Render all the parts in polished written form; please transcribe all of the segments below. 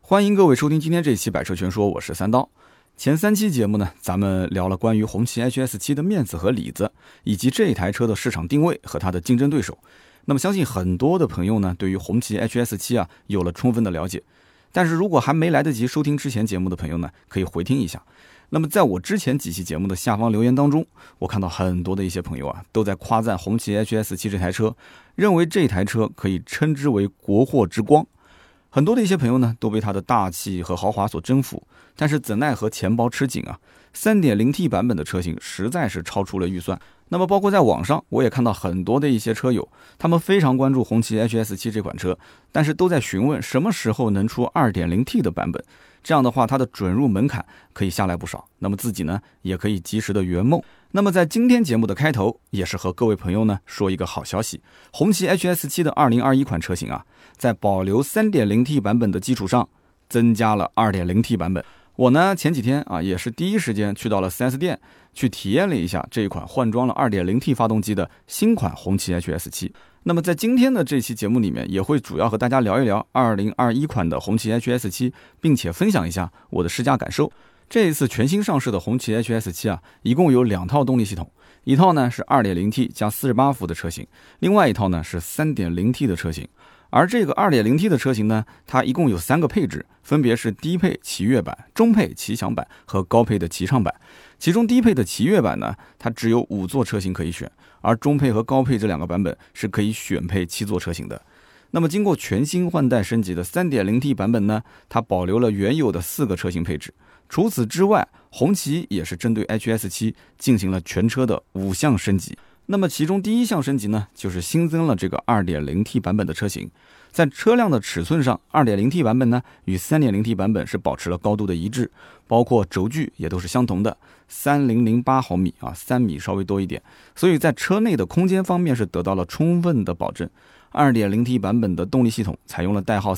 欢迎各位收听今天这一期百车全说，我是三刀。前3期节目呢，咱们聊了关于红旗 HS7 的面子和里子，以及这一台车的市场定位和它的竞争对手。那么相信很多的朋友呢，对于红旗 HS7 有了充分的了解。但是如果还没来得及收听之前节目的朋友呢，可以回听一下。那么在我之前几期节目的下方留言当中，我看到很多的一些朋友都在夸赞红旗 HS7 这台车，认为这台车可以称之为国货之光。很多的一些朋友呢，都被它的大气和豪华所征服，但是怎奈何钱包吃紧啊 3.0T 版本的车型实在是超出了预算。那么包括在网上，我也看到很多的一些车友，他们非常关注红旗 HS7 这款车，但是都在询问什么时候能出 2.0T 的版本。这样的话，它的准入门槛可以下来不少，那么自己呢，也可以及时的圆梦。那么在今天节目的开头，也是和各位朋友呢说一个好消息，红旗 HS7 的2021款车型在保留 3.0T 版本的基础上，增加了 2.0T 版本。我呢前几天也是第一时间去到了 4S 店，去体验了一下这一款换装了 2.0T 发动机的新款红旗 HS7。那么在今天的这期节目里面，也会主要和大家聊一聊2021款的红旗 HS7， 并且分享一下我的试驾感受。这一次全新上市的红旗 HS7 一共有2套动力系统，一套呢是 2.0T 加48伏的车型，另外一套呢是 3.0T 的车型。而这个 2.0T 的车型呢，它一共有3个配置，分别是低配奇悦版、中配奇享版和高配的奇畅版。其中低配的奇悦版呢，它只有5座车型可以选，而中配和高配这2个版本是可以选配7座车型的。那么经过全新换代升级的 3.0T 版本呢，它保留了原有的4个车型配置。除此之外，红旗也是针对 HS7 进行了全车的5项升级。那么其中第一项升级呢，就是新增了这个 2.0T 版本的车型。在车辆的尺寸上， 2.0T 版本呢与 3.0T 版本是保持了高度的一致，包括轴距也都是相同的3008毫米3米稍微多一点，所以在车内的空间方面是得到了充分的保证。2.0T 版本的动力系统采用了代号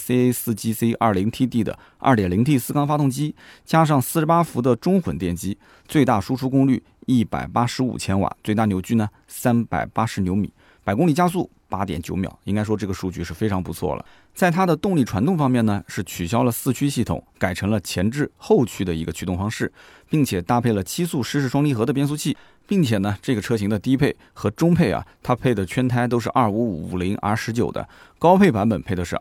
CA4GC20TD 的 2.0T 四缸发动机，加上48伏的中混电机，最大输出功率185千瓦，最大扭矩呢380牛米，百公里加速8.9秒，应该说这个数据是非常不错了。在它的动力传动方面呢，是取消了4驱系统，改成了前置后驱的一个驱动方式，并且搭配了7速湿式双离合的变速器，并且呢，这个车型的低配和中配它配的圈胎都是 25550R19 的，高配版本配的是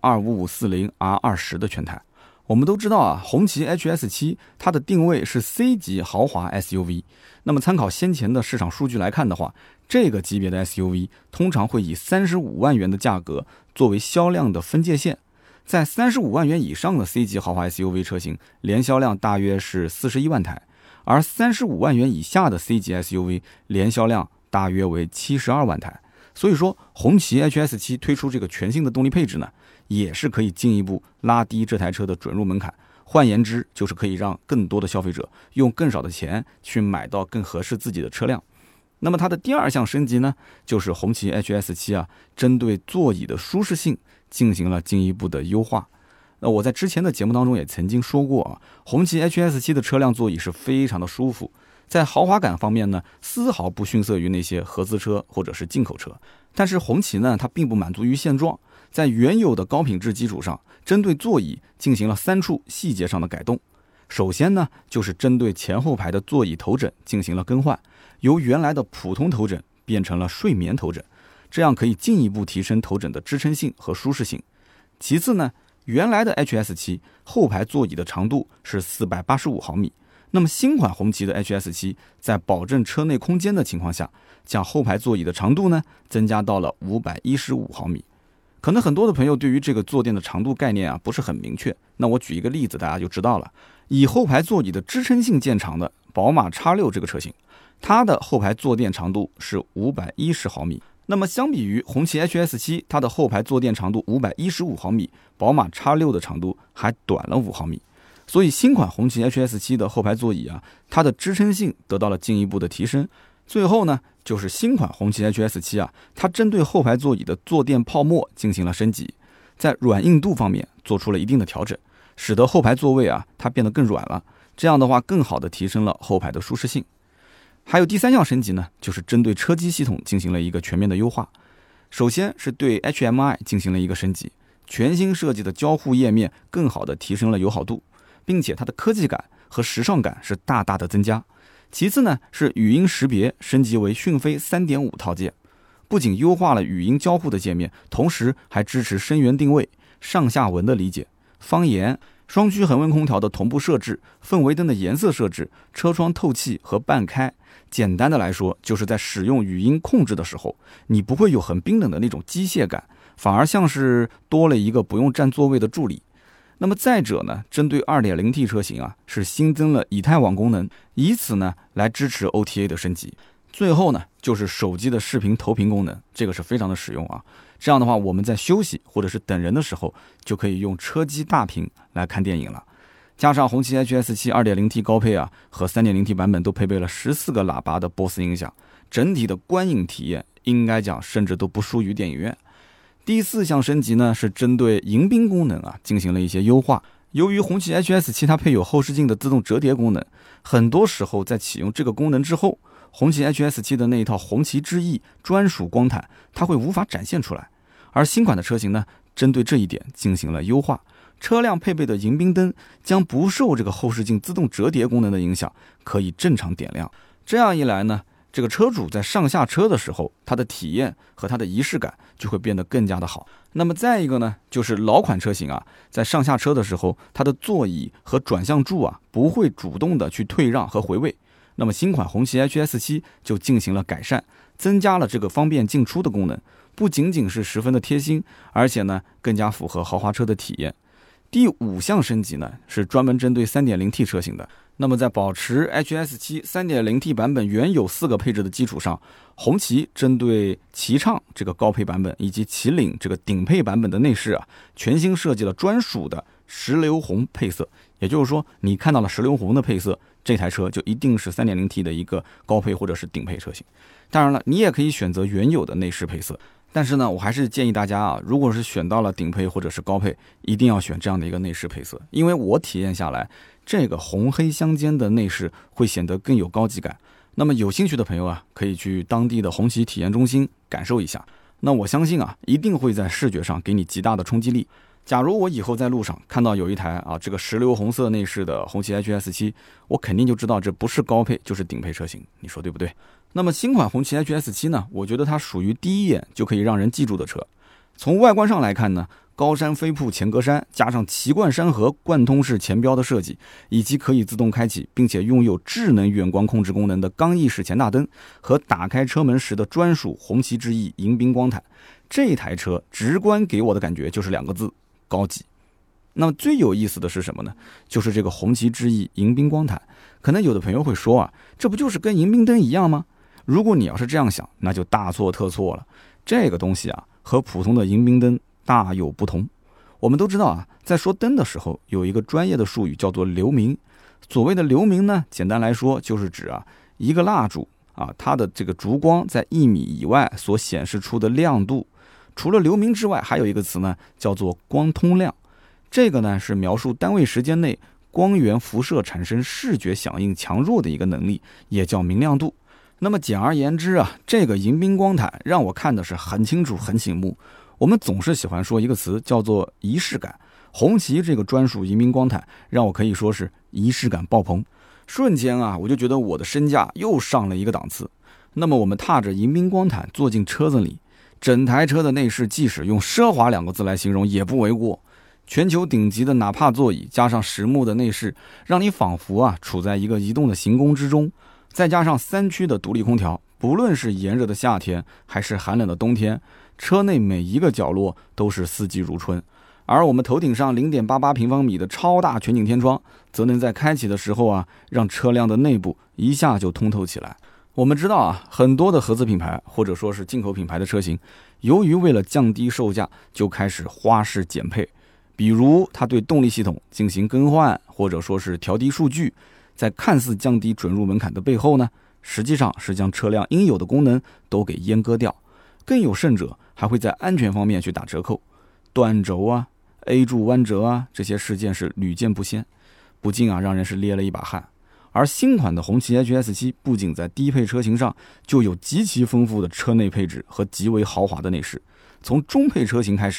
25540R20 的圈胎。我们都知道红旗 HS7 它的定位是 C 级豪华 SUV。那么参考先前的市场数据来看的话，这个级别的 SUV 通常会以35万元的价格作为销量的分界线。在35万元以上的 C 级豪华 SUV 车型，年销量大约是41万台，而35万元以下的 C 级 SUV 年销量大约为72万台。所以说，红旗 HS7 推出这个全新的动力配置呢，也是可以进一步拉低这台车的准入门槛。换言之，就是可以让更多的消费者用更少的钱去买到更合适自己的车辆。那么它的第2项升级呢，就是红旗 HS7 针对座椅的舒适性进行了进一步的优化。那我在之前的节目当中也曾经说过红旗 HS7 的车辆座椅是非常的舒服，在豪华感方面呢，丝毫不逊色于那些合资车或者是进口车。但是红旗呢，它并不满足于现状，在原有的高品质基础上，针对座椅进行了3处细节上的改动。首先呢，就是针对前后排的座椅头枕进行了更换，由原来的普通头枕变成了睡眠头枕，这样可以进一步提升头枕的支撑性和舒适性。其次呢，原来的 HS7 后排座椅的长度是485毫米，那么新款红旗的 HS7 在保证车内空间的情况下，将后排座椅的长度呢增加到了515毫米。可能很多的朋友对于这个坐垫的长度概念不是很明确，那我举一个例子大家就知道了。以后排座椅的支撑性见长的宝马 X6 这个车型，它的后排坐垫长度是510毫米。那么相比于红旗 HS7， 它的后排坐垫长度515毫米，宝马 X6 的长度还短了5毫米。所以新款红旗 HS7 的后排座椅它的支撑性得到了进一步的提升。最后呢，就是新款红旗 HS7 它针对后排座椅的坐垫泡沫进行了升级，在软硬度方面做出了一定的调整，使得后排座位它变得更软了，这样的话更好的提升了后排的舒适性。还有第3项升级呢，就是针对车机系统进行了一个全面的优化。首先是对 HMI 进行了一个升级， 全新设计的交互页面更好的提升了友好度，并且它的科技感和时尚感是大大的增加。其次呢，是语音识别升级为讯飞 3.5 套件，不仅优化了语音交互的界面，同时还支持声源定位、上下文的理解、方言、双区恒温空调的同步设置、氛围灯的颜色设置、车窗透气和半开。简单的来说，就是在使用语音控制的时候，你不会有很冰冷的那种机械感，反而像是多了一个不用占座位的助理。那么再者呢，针对 2.0T 车型啊，是新增了以太网功能，以此呢来支持 OTA 的升级。最后呢，就是手机的视频投屏功能，这个是非常的实用啊。这样的话，我们在休息或者是等人的时候，就可以用车机大屏来看电影了。加上红旗 HS7 2.0T 高配啊和 3.0T 版本都配备了14个喇叭的 BOSE 音响，整体的观影体验应该讲甚至都不输于电影院。第4项升级呢，是针对迎宾功能啊进行了一些优化。由于红旗 HS7 它配有后视镜的自动折叠功能，很多时候在启用这个功能之后，红旗 HS7 的那一套红旗之翼专属光毯它会无法展现出来。而新款的车型呢，针对这一点进行了优化，车辆配备的迎宾灯将不受这个后视镜自动折叠功能的影响，可以正常点亮。这样一来呢，这个车主在上下车的时候，他的体验和他的仪式感就会变得更加的好。那么再一个呢，就是老款车型啊，在上下车的时候，它的座椅和转向柱啊不会主动的去退让和回位。那么新款红旗 HS7 就进行了改善，增加了这个方便进出的功能，不仅仅是十分的贴心，而且呢更加符合豪华车的体验。第5项升级呢，是专门针对 3.0T 车型的。那么在保持 HS7 3.0T 版本原有4个配置的基础上，红旗针对旗畅这个高配版本以及旗领这个顶配版本的内饰啊，全新设计了专属的石榴红配色。也就是说，你看到了石榴红的配色，这台车就一定是 3.0T 的一个高配或者是顶配车型。当然了，你也可以选择原有的内饰配色。但是呢，我还是建议大家啊，如果是选到了顶配或者是高配，一定要选这样的一个内饰配色，因为我体验下来，这个红黑相间的内饰会显得更有高级感。那么有兴趣的朋友啊，可以去当地的红旗体验中心感受一下。那我相信啊，一定会在视觉上给你极大的冲击力。假如我以后在路上看到有一台啊这个石榴红色内饰的红旗 HS7， 我肯定就知道这不是高配就是顶配车型，你说对不对？那么新款红旗 HS7 呢，我觉得它属于第一眼就可以让人记住的车。从外观上来看呢，高山飞瀑前格栅加上奇冠山河贯通式前标的设计，以及可以自动开启并且拥有智能远光控制功能的刚翼式前大灯和打开车门时的专属红旗之翼迎宾光毯，这台车直观给我的感觉就是2个字：高级。那么最有意思的是什么呢？就是这个红旗之翼迎宾光毯。可能有的朋友会说啊，这不就是跟迎宾灯一样吗？如果你要是这样想，那就大错特错了。这个东西啊，和普通的迎宾灯大有不同。我们都知道啊，在说灯的时候，有一个专业的术语叫做流明。所谓的流明呢，简单来说就是指啊，一个蜡烛啊，它的这个烛光在1米以外所显示出的亮度。除了流明之外，还有一个词呢，叫做光通亮。这个呢，是描述单位时间内光源辐射产生视觉响应强弱的一个能力，也叫明亮度。那么简而言之啊，这个迎宾光毯让我看的是很清楚很醒目。我们总是喜欢说一个词叫做仪式感，红旗这个专属迎宾光毯让我可以说是仪式感爆棚。瞬间啊，我就觉得我的身价又上了一个档次。那么我们踏着迎宾光毯坐进车子里，整台车的内饰即使用奢华2个字来形容也不为过。全球顶级的纳帕座椅加上实木的内饰，让你仿佛啊处在一个移动的行宫之中。再加上3区的独立空调，不论是炎热的夏天还是寒冷的冬天，车内每一个角落都是四季如春。而我们头顶上 0.88 平方米的超大全景天窗，则能在开启的时候啊，让车辆的内部一下就通透起来。我们知道啊，很多的合资品牌或者说是进口品牌的车型，由于为了降低售价，就开始花式减配。比如它对动力系统进行更换，或者说是调低数据，在看似降低准入门槛的背后呢，实际上是将车辆应有的功能都给阉割掉。更有甚者，还会在安全方面去打折扣，断轴啊、A 柱弯折啊，这些事件是屡见不鲜，不禁啊让人是捏了一把汗。而新款的红旗 HS7 不仅在低配车型上就有极其丰富的车内配置和极为豪华的内饰，从中配车型开始，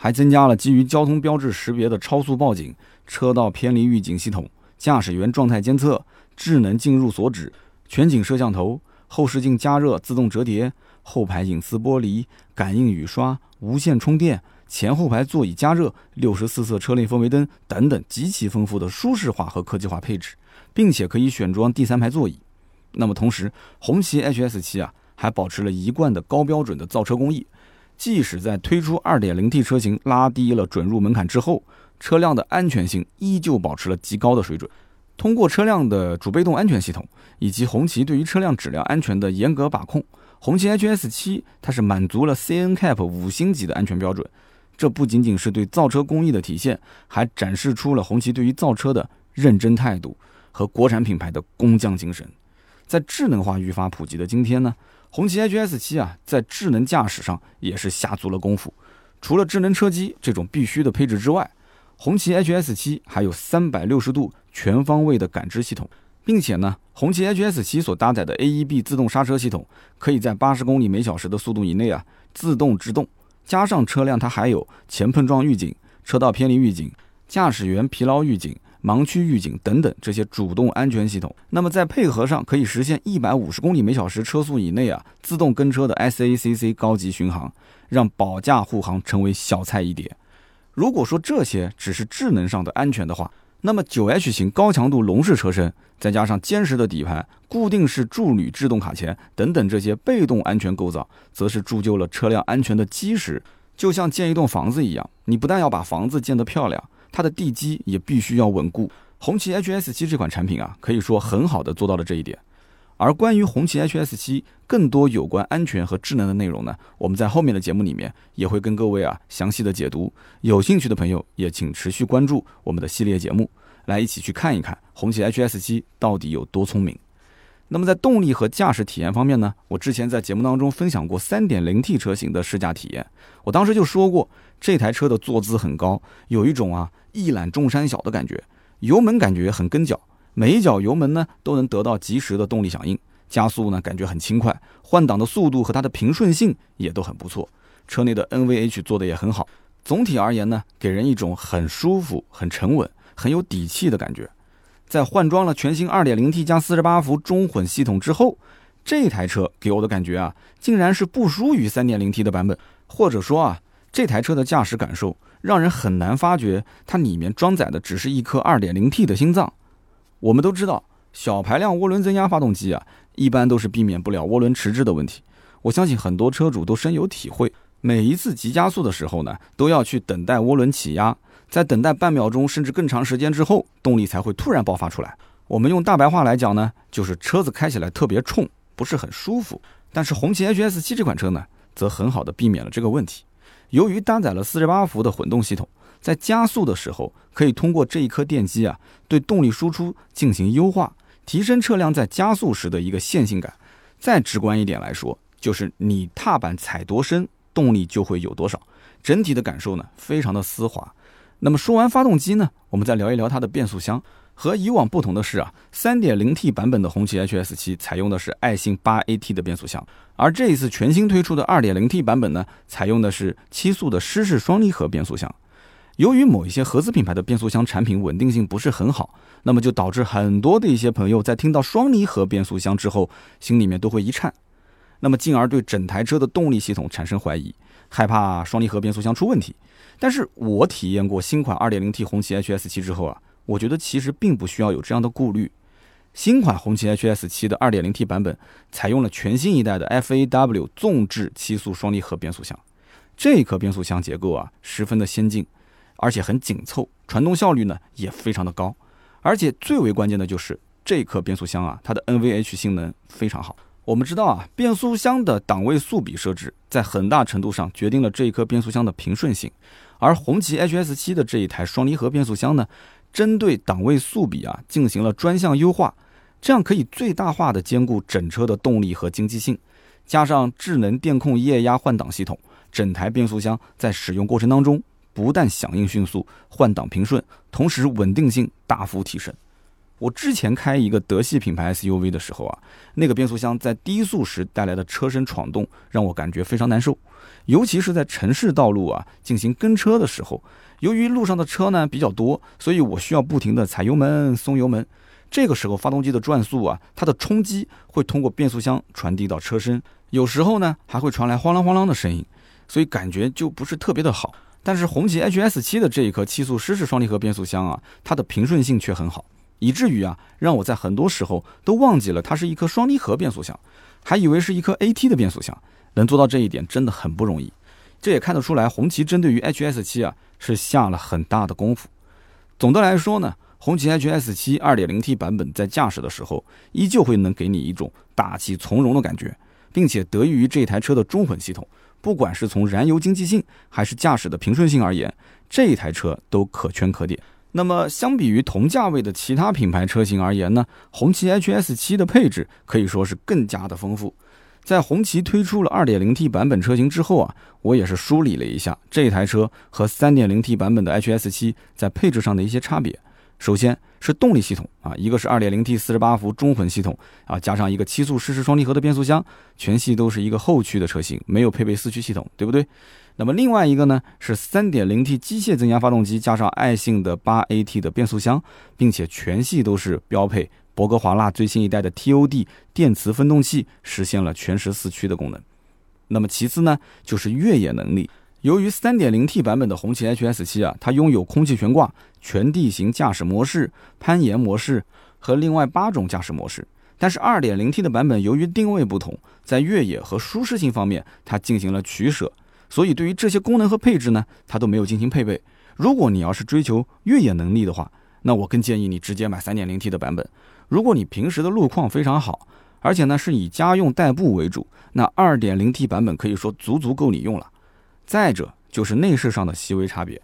还增加了基于交通标志识别的超速报警、车道偏离预警系统、驾驶员状态监测、智能进入锁止、全景摄像头、后视镜加热自动折叠、后排隐私玻璃、感应雨刷、无线充电、前后排座椅加热、64色车内氛围灯等等极其丰富的舒适化和科技化配置，并且可以选装第三排座椅。那么同时，红旗 HS7 还保持了一贯的高标准的造车工艺，即使在推出 2.0T 车型拉低了准入门槛之后，车辆的安全性依旧保持了极高的水准。通过车辆的主被动安全系统以及红旗对于车辆质量安全的严格把控，红旗 HS7 它是满足了 CNCAP 5星级的安全标准。这不仅仅是对造车工艺的体现，还展示出了红旗对于造车的认真态度和国产品牌的工匠精神。在智能化愈发普及的今天呢，红旗 HS7 在智能驾驶上也是下足了功夫。除了智能车机这种必须的配置之外，红旗 HS7 还有360度全方位的感知系统，并且呢，红旗 HS7 所搭载的 AEB 自动刹车系统，可以在80公里每小时的速度以内自动制动。加上车辆它还有前碰撞预警、车道偏离预警、驾驶员疲劳预警、盲区预警等等这些主动安全系统。那么在配合上可以实现150公里每小时车速以内自动跟车的 SACC 高级巡航，让保驾护航成为小菜一碟。如果说这些只是智能上的安全的话，那么 9H 型高强度笼式车身，再加上坚实的底盘、固定式驻铝制动卡钳等等这些被动安全构造，则是铸就了车辆安全的基石。就像建一栋房子一样，你不但要把房子建得漂亮，它的地基也必须要稳固。红旗 HS7 这款产品可以说很好的做到了这一点。而关于红旗 HS7 更多有关安全和智能的内容呢，我们在后面的节目里面也会跟各位详细的解读。有兴趣的朋友也请持续关注我们的系列节目，来一起去看一看红旗 HS7 到底有多聪明。那么在动力和驾驶体验方面呢，我之前在节目当中分享过 3.0T 车型的试驾体验，我当时就说过，这台车的坐姿很高，有一种一览众山小的感觉，油门感觉很跟脚，每一脚油门呢都能得到及时的动力响应，加速呢感觉很轻快，换挡的速度和它的平顺性也都很不错，车内的 NVH 做的也很好。总体而言呢，给人一种很舒服、很沉稳、很有底气的感觉。在换装了全新 2.0T 加48伏中混系统之后，这台车给我的感觉竟然是不输于 3.0T 的版本，或者说这台车的驾驶感受让人很难发觉它里面装载的只是一颗 2.0T 的心脏。我们都知道，小排量涡轮增压发动机一般都是避免不了涡轮迟滞的问题。我相信很多车主都深有体会，每一次急加速的时候呢，都要去等待涡轮起压，在等待半秒钟甚至更长时间之后，动力才会突然爆发出来。我们用大白话来讲呢，就是车子开起来特别冲，不是很舒服。但是红旗 HS7 这款车呢，则很好的避免了这个问题。由于搭载了48伏的混动系统，在加速的时候，可以通过这一颗电机对动力输出进行优化，提升车辆在加速时的一个线性感。再直观一点来说，就是你踏板踩多深，动力就会有多少，整体的感受呢，非常的丝滑。那么说完发动机呢，我们再聊一聊它的变速箱。和以往不同的是3.0T 版本的红旗 HS7 采用的是爱信 8AT 的变速箱，而这一次全新推出的 2.0T 版本呢，采用的是7速的湿式双离合变速箱。由于某一些合资品牌的变速箱产品稳定性不是很好，那么就导致很多的一些朋友在听到双离合变速箱之后，心里面都会一颤，那么进而对整台车的动力系统产生怀疑，害怕双离合变速箱出问题。但是我体验过新款 2.0T 红旗 HS7 之后我觉得其实并不需要有这样的顾虑。新款红旗 HS7 的 2.0T 版本采用了全新一代的 FAW 纵置7速双离合变速箱，这一颗变速箱结构十分的先进，而且很紧凑，传动效率呢也非常的高，而且最为关键的就是这颗变速箱它的 NVH 性能非常好。我们知道变速箱的档位速比设置在很大程度上决定了这一颗变速箱的平顺性，而红旗 HS7 的这一台双离合变速箱呢，针对档位速比进行了专项优化，这样可以最大化的兼顾整车的动力和经济性，加上智能电控液压换挡系统，整台变速箱在使用过程当中不但响应迅速，换挡平顺，同时稳定性大幅提升。 我之前开一个德系品牌 SUV 的时候啊，那个变速箱在低速时带来的车身闯动让我感觉非常难受，尤其是在城市道路啊进行跟车的时候，由于路上的车呢比较多，所以我需要不停的踩油门松油门，这个时候发动机的转速啊，它的冲击会通过变速箱传递到车身，有时候呢还会传来晃啷晃啷的声音，所以感觉就不是特别的好。但是红旗 HS7 的这一颗7速湿式双离合变速箱啊，它的平顺性却很好，以至于啊，让我在很多时候都忘记了它是一颗双离合变速箱，还以为是一颗 AT 的变速箱。能做到这一点真的很不容易。这也看得出来，红旗针对于 HS7 啊是下了很大的功夫。总的来说呢，红旗 HS7 2.0T 版本在驾驶的时候，依旧会能给你一种大气从容的感觉，并且得益于这台车的中混系统，不管是从燃油经济性还是驾驶的平顺性而言，这一台车都可圈可点。那么相比于同价位的其他品牌车型而言呢，红旗 HS7 的配置可以说是更加的丰富。在红旗推出了 2.0T 版本车型之后啊，我也是梳理了一下这台车和 3.0T 版本的 HS7 在配置上的一些差别。首先是动力系统啊，一个是 2.0T 48伏中混系统啊，加上一个7速湿式双离合的变速箱，全系都是一个后驱的车型，没有配备4驱系统，对不对？那么另外一个呢是 3.0T 机械增压发动机加上爱信的 8AT 的变速箱，并且全系都是标配博格华纳最新一代的 TOD 电磁分动器，实现了全时4驱的功能。那么其次呢就是越野能力。由于 3.0T 版本的红旗 HS7 啊，它拥有空气悬挂、全地形驾驶模式、攀岩模式和另外8种驾驶模式。但是 2.0T 的版本由于定位不同，在越野和舒适性方面它进行了取舍，所以对于这些功能和配置呢，它都没有进行配备。如果你要是追求越野能力的话，那我更建议你直接买 3.0T 的版本。如果你平时的路况非常好，而且呢是以家用代步为主，那 2.0T 版本可以说足足够你用了。再者就是内饰上的细微差别，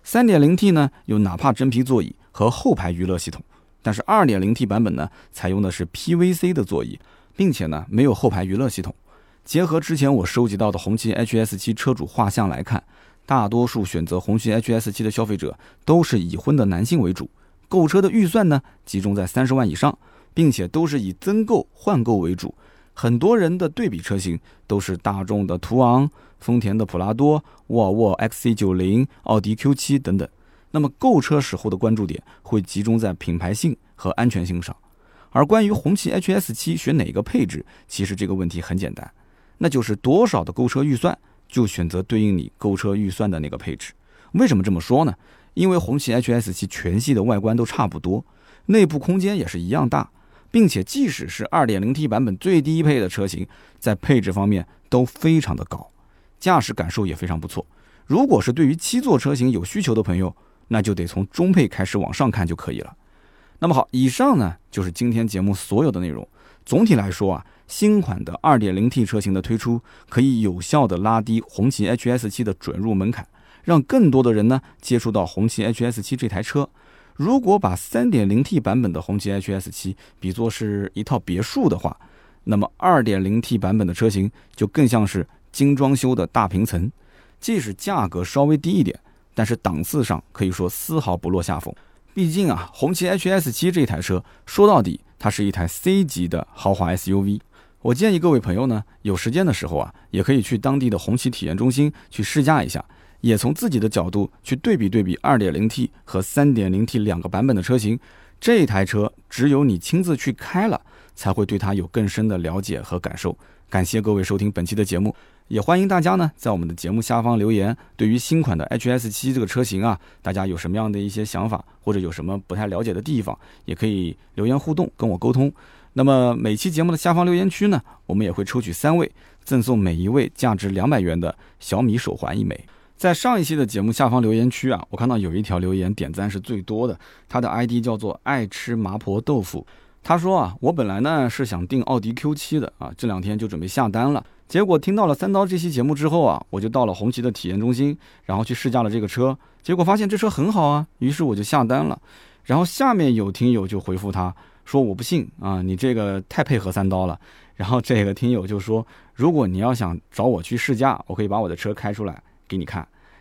3.0T 呢有哪怕真皮座椅和后排娱乐系统，但是 2.0T 版本呢采用的是 PVC 的座椅，并且呢没有后排娱乐系统。结合之前我收集到的红旗 HS7 车主画像来看，大多数选择红旗 HS7 的消费者都是已婚的男性为主，购车的预算呢集中在30万以上，并且都是以增购换购为主。很多人的对比车型都是大众的途昂、丰田的普拉多、沃尔沃 XC90、奥迪 Q7 等等。那么购车时候的关注点会集中在品牌性和安全性上。而关于红旗 HS7 选哪个配置，其实这个问题很简单，那就是多少的购车预算就选择对应你购车预算的那个配置。为什么这么说呢？因为红旗 HS7 全系的外观都差不多，内部空间也是一样大，并且即使是 2.0T 版本最低配的车型，在配置方面都非常的高，驾驶感受也非常不错。如果是对于7座车型有需求的朋友，那就得从中配开始往上看就可以了。那么好，以上呢就是今天节目所有的内容。总体来说啊，新款的 2.0T 车型的推出可以有效的拉低红旗 HS7 的准入门槛，让更多的人呢接触到红旗 HS7 这台车。如果把 3.0T 版本的红旗 HS7 比作是一套别墅的话，那么 2.0T 版本的车型就更像是精装修的大平层，即使价格稍微低一点，但是档次上可以说丝毫不落下风。毕竟啊，红旗 HS7 这台车说到底它是一台 C 级的豪华 SUV。我建议各位朋友呢，有时间的时候啊，也可以去当地的红旗体验中心去试驾一下，也从自己的角度去对比 2.0T 和 3.0T 两个版本的车型。这台车只有你亲自去开了，才会对它有更深的了解和感受。感谢各位收听本期的节目，也欢迎大家呢在我们的节目下方留言，对于新款的 HS7 这个车型啊，大家有什么样的一些想法，或者有什么不太了解的地方，也可以留言互动跟我沟通。那么每期节目的下方留言区呢，我们也会抽取3位，赠送每一位价值200元的小米手环1枚。在上一期的节目下方留言区啊，我看到有一条留言点赞是最多的，他的 ID 叫做爱吃麻婆豆腐。他说啊，我本来呢是想订奥迪 Q7 的啊，这2天就准备下单了。结果听到了三刀这期节目之后啊，我就到了红旗的体验中心，然后去试驾了这个车，结果发现这车很好啊，于是我就下单了。然后下面有听友就回复他说，我不信啊，你这个太配合三刀了。然后这个听友就说，如果你要想找我去试驾，我可以把我的车开出来给你看。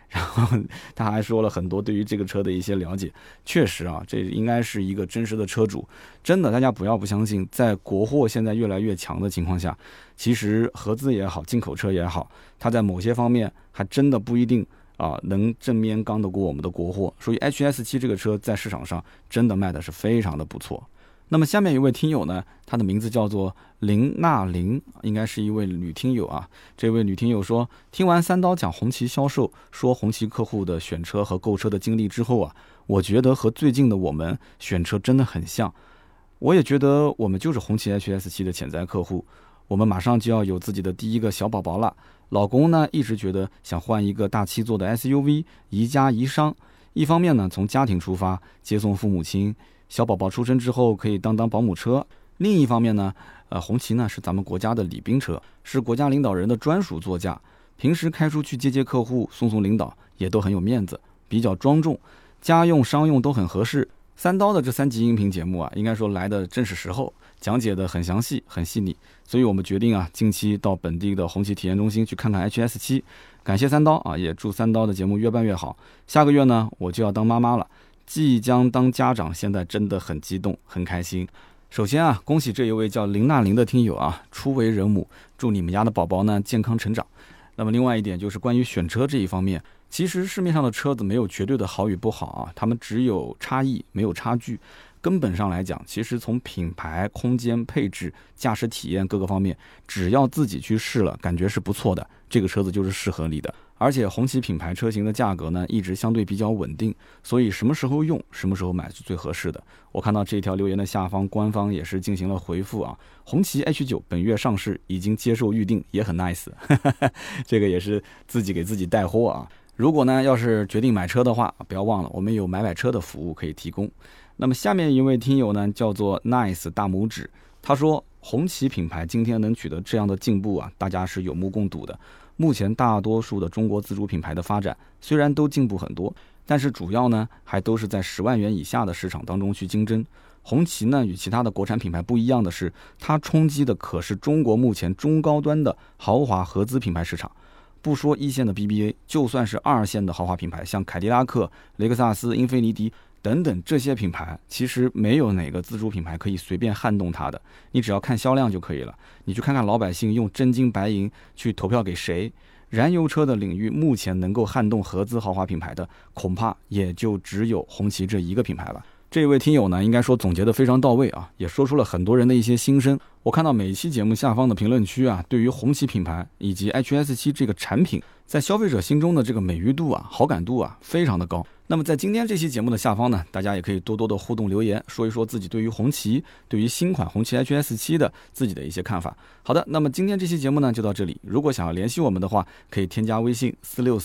然后他还说了很多对于这个车的一些了解。确实啊，这应该是一个真实的车主。真的，大家不相信，在国货现在越来越强的情况下，其实合资也好，进口车也好，它在某些方面还真的不一定能正面刚得过我们的国货。所以 HS7 这个车在市场上真的卖的是非常的不错。那么下面一位听友呢，她的名字叫做林娜玲，应该是一位女听友啊。这位女听友说，听完三刀讲红旗销售，说红旗客户的选车和购车的经历之后啊，我觉得和最近的我们选车真的很像。我也觉得我们就是红旗 HS7 的潜在客户，我们马上就要有自己的第一个小宝宝了。老公呢一直觉得想换一个大7座的 SUV， 宜家宜商。一方面呢从家庭出发，接送父母亲，小宝宝出生之后可以当保姆车。另一方面呢，红旗呢是咱们国家的礼宾车，是国家领导人的专属座驾，平时开出去接客户、送领导也都很有面子，比较庄重，家用商用都很合适。三刀的这3集音频节目啊，应该说来的正是时候，讲解的很详细、很细腻，所以我们决定啊，近期到本地的红旗体验中心去看看 HS7。感谢三刀啊，也祝三刀的节目越办越好。下个月呢，我就要当妈妈了，即将当家长，现在真的很激动，很开心。首先啊，恭喜这一位叫林娜玲的听友啊，初为人母，祝你们家的宝宝呢健康成长。那么另外一点就是关于选车这一方面，其实市面上的车子没有绝对的好与不好啊，它们只有差异，没有差距。根本上来讲，其实从品牌、空间、配置、驾驶体验各个方面，只要自己去试了，感觉是不错的，这个车子就是适合你的。而且红旗品牌车型的价格呢，一直相对比较稳定，所以什么时候用，什么时候买是最合适的。我看到这条留言的下方，官方也是进行了回复啊，红旗 H9 本月上市，已经接受预定，也很 nice 这个也是自己给自己带货啊。如果呢要是决定买车的话，不要忘了我们有买车的服务可以提供。那么下面一位听友呢叫做 nice 大拇指，他说红旗品牌今天能取得这样的进步啊，大家是有目共睹的。目前大多数的中国自主品牌的发展虽然都进步很多，但是主要呢还都是在10万元以下的市场当中去竞争。红旗呢与其他的国产品牌不一样的是，它冲击的可是中国目前中高端的豪华合资品牌市场。不说一线的 BBA， 就算是2线的豪华品牌，像凯迪拉克、雷克萨斯、英菲尼迪等等这些品牌，其实没有哪个自主品牌可以随便撼动它的。你只要看销量就可以了。你去看看老百姓用真金白银去投票给谁。燃油车的领域目前能够撼动合资豪华品牌的，恐怕也就只有红旗这一个品牌了。这位听友呢，应该说总结得非常到位啊，也说出了很多人的一些心声。我看到每一期节目下方的评论区啊，对于红旗品牌以及 HS7 这个产品，在消费者心中的这个美誉度啊、好感度啊，非常的高。那么在今天这期节目的下方呢，大家也可以多多的互动留言，说一说自己对于红旗、对于新款红旗 HS7 的自己的一些看法。好的，那么今天这期节目呢就到这里。如果想要联系我们的话，可以添加微信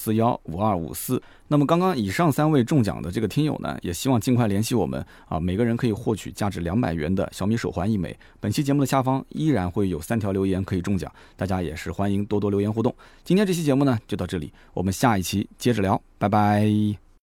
46415254。那么刚刚以上3位中奖的这个听友呢，也希望尽快联系我们啊，每个人可以获取价值200元的小米手环1枚。本期节目的下方依然会有3条留言可以中奖，大家也是欢迎多多留言互动。今天这期节目呢就到这里，我们下一期接着聊，拜拜。